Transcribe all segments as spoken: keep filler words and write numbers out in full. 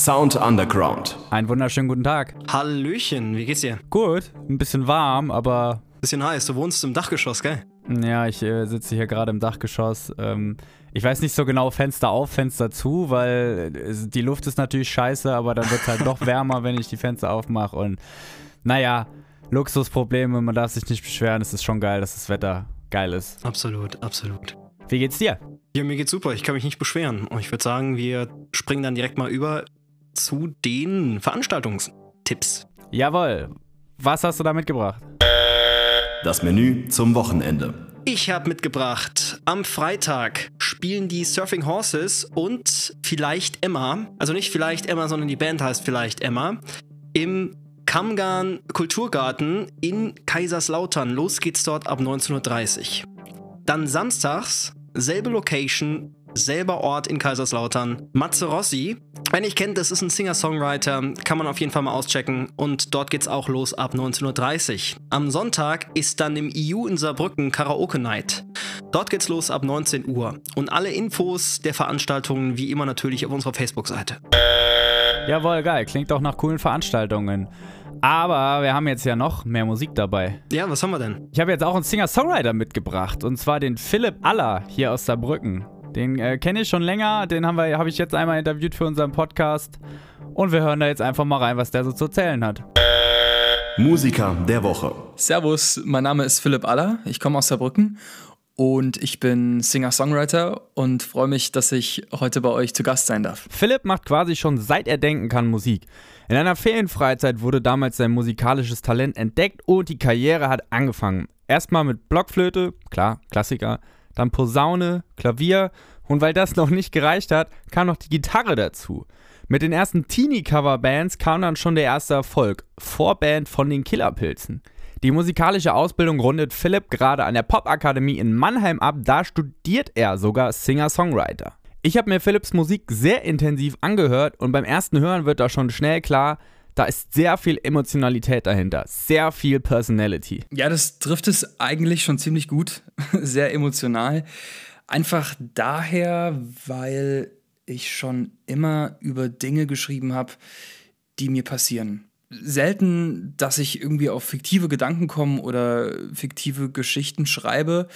Sound Underground. Einen wunderschönen guten Tag. Hallöchen, wie geht's dir? Gut, ein bisschen warm, aber... Bisschen heiß, du wohnst im Dachgeschoss, gell? Ja, ich äh, sitze hier gerade im Dachgeschoss. Ähm, ich weiß nicht so genau, Fenster auf, Fenster zu, weil äh, die Luft ist natürlich scheiße, aber dann wird es halt noch wärmer, wenn ich die Fenster aufmache. Und naja, Luxusprobleme, man darf sich nicht beschweren. Es ist schon geil, dass das Wetter geil ist. Absolut, absolut. Wie geht's dir? Ja, mir geht's super, ich kann mich nicht beschweren. Und ich würde sagen, wir springen dann direkt mal über zu den Veranstaltungstipps. Jawohl. Was hast du da mitgebracht? Das Menü zum Wochenende. Ich habe mitgebracht, am Freitag spielen die Surfing Horses und Vielleicht Emma, also nicht Vielleicht Emma, sondern die Band heißt Vielleicht Emma, im Kamgarn Kulturgarten in Kaiserslautern. Los geht's dort ab neunzehn Uhr dreißig. Dann samstags, selbe Location, selber Ort in Kaiserslautern, Matze Rossi. Wenn ihr kennt, das ist ein Singer-Songwriter, kann man auf jeden Fall mal auschecken. Und dort geht's auch los ab neunzehn Uhr dreißig. Am Sonntag ist dann im I U in Saarbrücken Karaoke Night. Dort geht's los ab neunzehn Uhr. Und alle Infos der Veranstaltungen wie immer natürlich auf unserer Facebook-Seite. Jawohl, geil. Klingt doch nach coolen Veranstaltungen. Aber wir haben jetzt ja noch mehr Musik dabei. Ja, was haben wir denn? Ich habe jetzt auch einen Singer-Songwriter mitgebracht. Und zwar den Philipp Aller hier aus Saarbrücken. Den äh, kenne ich schon länger. Den haben wir, habe ich jetzt einmal interviewt für unseren Podcast. Und wir hören da jetzt einfach mal rein, was der so zu erzählen hat. Musiker der Woche. Servus, mein Name ist Philipp Aller. Ich komme aus Saarbrücken. Und ich bin Singer-Songwriter und freue mich, dass ich heute bei euch zu Gast sein darf. Philipp macht quasi schon seit er denken kann Musik. In einer Ferienfreizeit wurde damals sein musikalisches Talent entdeckt und die Karriere hat angefangen. Erstmal mit Blockflöte, klar, Klassiker, dann Posaune, Klavier und weil das noch nicht gereicht hat, kam noch die Gitarre dazu. Mit den ersten Teenie-Cover-Bands kam dann schon der erste Erfolg, Vorband von den Killerpilzen. Die musikalische Ausbildung rundet Philipp gerade an der Popakademie in Mannheim ab, da studiert er sogar Singer-Songwriter. Ich habe mir Philipps Musik sehr intensiv angehört und beim ersten Hören wird da schon schnell klar, da ist sehr viel Emotionalität dahinter, sehr viel Personality. Ja, das trifft es eigentlich schon ziemlich gut, sehr emotional. Einfach daher, weil ich schon immer über Dinge geschrieben habe, die mir passieren. Selten, dass ich irgendwie auf fiktive Gedanken komme oder fiktive Geschichten schreibe,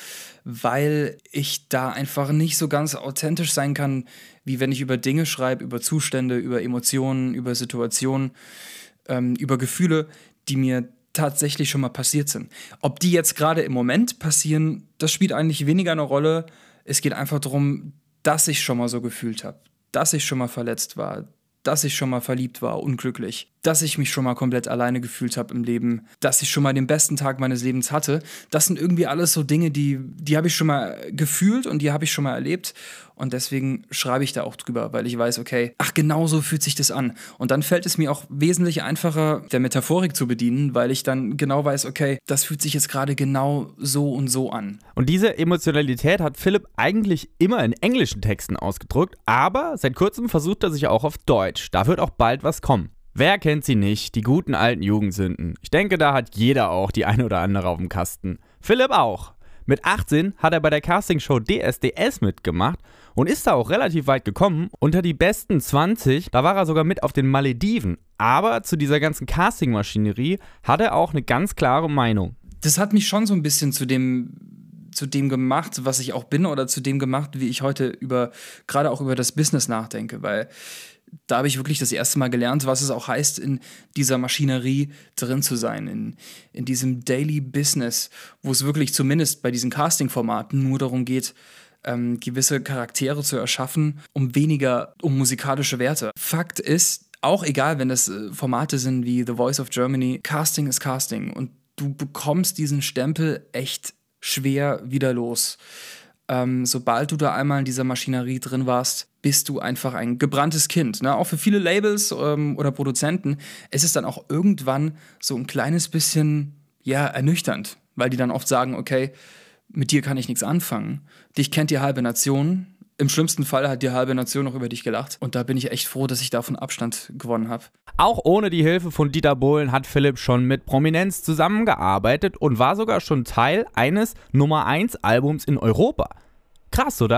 weil ich da einfach nicht so ganz authentisch sein kann, wie wenn ich über Dinge schreibe, über Zustände, über Emotionen, über Situationen, ähm, über Gefühle, die mir tatsächlich schon mal passiert sind. Ob die jetzt gerade im Moment passieren, das spielt eigentlich weniger eine Rolle. Es geht einfach darum, dass ich schon mal so gefühlt habe, dass ich schon mal verletzt war, dass ich schon mal verliebt war, unglücklich, dass ich mich schon mal komplett alleine gefühlt habe im Leben, dass ich schon mal den besten Tag meines Lebens hatte. Das sind irgendwie alles so Dinge, die, die habe ich schon mal gefühlt und die habe ich schon mal erlebt. Und deswegen schreibe ich da auch drüber, weil ich weiß, okay, ach, genau so fühlt sich das an. Und dann fällt es mir auch wesentlich einfacher, der Metaphorik zu bedienen, weil ich dann genau weiß, okay, das fühlt sich jetzt gerade genau so und so an. Und diese Emotionalität hat Philipp eigentlich immer in englischen Texten ausgedrückt, aber seit kurzem versucht er sich auch auf Deutsch. Da wird auch bald was kommen. Wer kennt sie nicht, die guten alten Jugendsünden? Ich denke, da hat jeder auch die eine oder andere auf dem Kasten. Philipp auch. Mit achtzehn hat er bei der Castingshow D S D S mitgemacht und ist da auch relativ weit gekommen. Unter die besten zwanzig, da war er sogar mit auf den Malediven. Aber zu dieser ganzen Casting-Maschinerie hat er auch eine ganz klare Meinung. Das hat mich schon so ein bisschen zu dem, zu dem gemacht, was ich auch bin, oder zu dem gemacht, wie ich heute über, gerade auch über das Business nachdenke, weil da habe ich wirklich das erste Mal gelernt, was es auch heißt, in dieser Maschinerie drin zu sein, in, in diesem Daily Business, wo es wirklich zumindest bei diesen Casting-Formaten nur darum geht, ähm, gewisse Charaktere zu erschaffen, um weniger um musikalische Werte. Fakt ist, auch egal, wenn das äh, Formate sind wie The Voice of Germany, Casting ist Casting und du bekommst diesen Stempel echt schwer wieder los. Ähm, sobald du da einmal in dieser Maschinerie drin warst, bist du einfach ein gebranntes Kind. Ne? Auch für viele Labels ähm, oder Produzenten ist es dann auch irgendwann so ein kleines bisschen ja, ernüchternd, weil die dann oft sagen, okay, mit dir kann ich nichts anfangen. Dich kennt die halbe Nation. Im schlimmsten Fall hat die halbe Nation noch über dich gelacht. Und da bin ich echt froh, dass ich davon Abstand gewonnen habe. Auch ohne die Hilfe von Dieter Bohlen hat Philipp schon mit Prominenz zusammengearbeitet und war sogar schon Teil eines Nummer eins Albums in Europa. Krass, oder?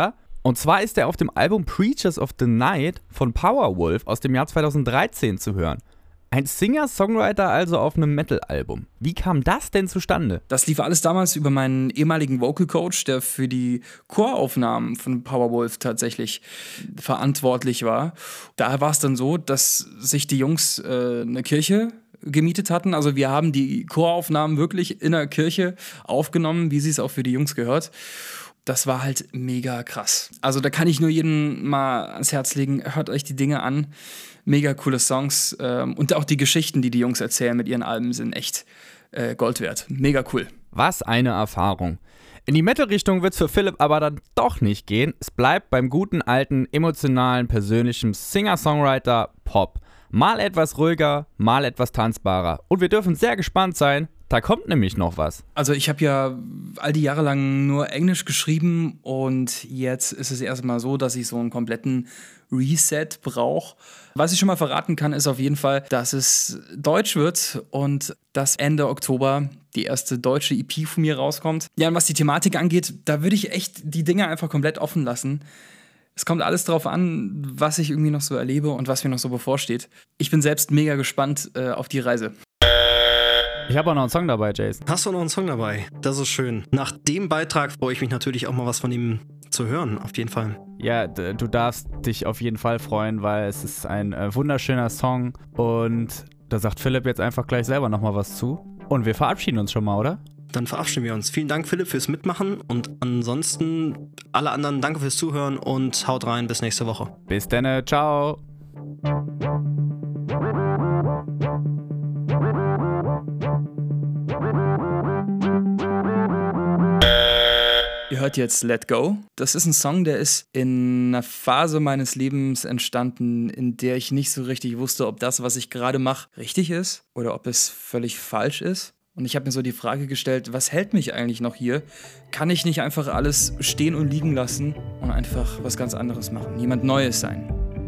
Und zwar ist er auf dem Album Preachers of the Night von Powerwolf aus dem Jahr zweitausenddreizehn zu hören. Ein Singer-Songwriter also auf einem Metal-Album. Wie kam das denn zustande? Das lief alles damals über meinen ehemaligen Vocal Coach, der für die Choraufnahmen von Powerwolf tatsächlich verantwortlich war. Da war es dann so, dass sich die Jungs äh, eine Kirche gemietet hatten. Also wir haben die Choraufnahmen wirklich in der Kirche aufgenommen, wie sie es auch für die Jungs gehört. Das war halt mega krass. Also da kann ich nur jedem mal ans Herz legen, hört euch die Dinge an. Mega coole Songs ähm, und auch die Geschichten, die die Jungs erzählen mit ihren Alben, sind echt äh, Gold wert. Mega cool. Was eine Erfahrung. In die Metal-Richtung wird es für Philipp aber dann doch nicht gehen. Es bleibt beim guten alten, emotionalen, persönlichen Singer-Songwriter Pop. Mal etwas ruhiger, mal etwas tanzbarer. Und wir dürfen sehr gespannt sein, da kommt nämlich noch was. Also ich habe ja all die Jahre lang nur Englisch geschrieben und jetzt ist es erstmal so, dass ich so einen kompletten Reset brauche. Was ich schon mal verraten kann, ist auf jeden Fall, dass es deutsch wird und dass Ende Oktober die erste deutsche E P von mir rauskommt. Ja, und was die Thematik angeht, da würde ich echt die Dinge einfach komplett offen lassen. Es kommt alles drauf an, was ich irgendwie noch so erlebe und was mir noch so bevorsteht. Ich bin selbst mega gespannt äh, auf die Reise. Ich habe auch noch einen Song dabei, Jason. Hast du noch einen Song dabei? Das ist schön. Nach dem Beitrag freue ich mich natürlich auch mal was von ihm zu hören, auf jeden Fall. Ja, d- du darfst dich auf jeden Fall freuen, weil es ist ein äh, wunderschöner Song und da sagt Philipp jetzt einfach gleich selber nochmal was zu. Und wir verabschieden uns schon mal, oder? Dann verabschieden wir uns. Vielen Dank, Philipp, fürs Mitmachen und ansonsten alle anderen danke fürs Zuhören und haut rein, bis nächste Woche. Bis dann, ciao. Ihr hört jetzt Let Go. Das ist ein Song, der ist in einer Phase meines Lebens entstanden, in der ich nicht so richtig wusste, ob das, was ich gerade mache, richtig ist oder ob es völlig falsch ist. Und ich habe mir so die Frage gestellt, was hält mich eigentlich noch hier? Kann ich nicht einfach alles stehen und liegen lassen und einfach was ganz anderes machen, jemand Neues sein?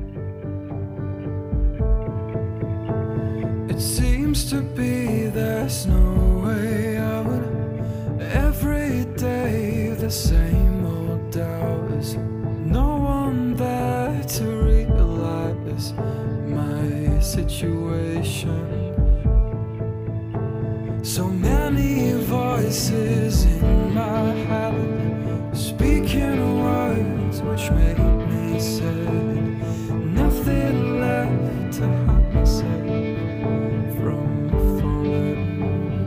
It seems to be there's no way out. Every day the same old doubts. No one there to realize my situation. So many voices in my head, speaking words which make me sad. Nothing left to hide myself from falling.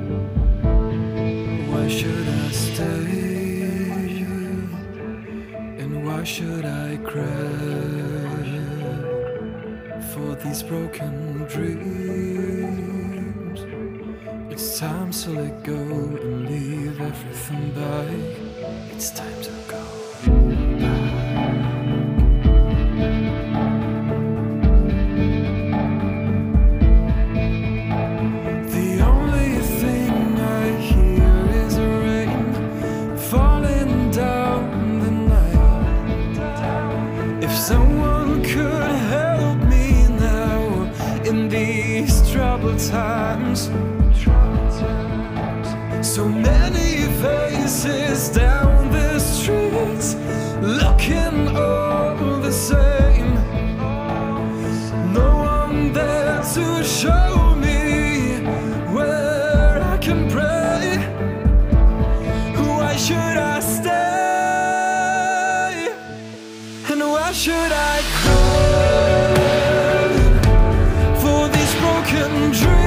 Why should I stay? And why should I cry for these broken dreams? It's time to let go and leave everything back. It's time to go. The only thing I hear is rain falling down the night. If someone could help me now in these troubled times. So many faces down the streets, looking all the same. No one there to show me where I can pray. Why should I stay? And why should I cry for these broken dreams?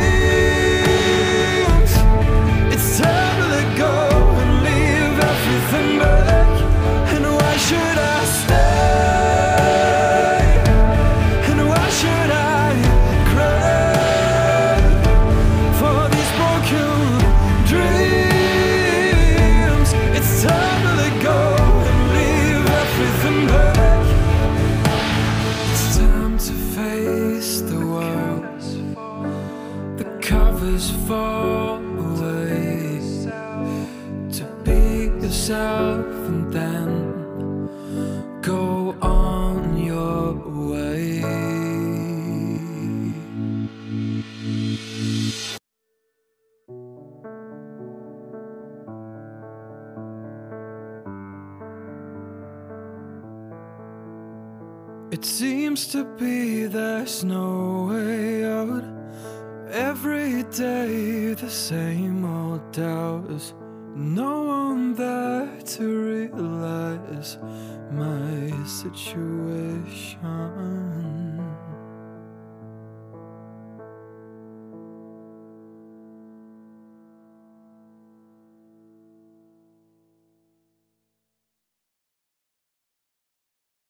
It seems to be there's no way out. Every day the same old doubts. No one there to realize my situation.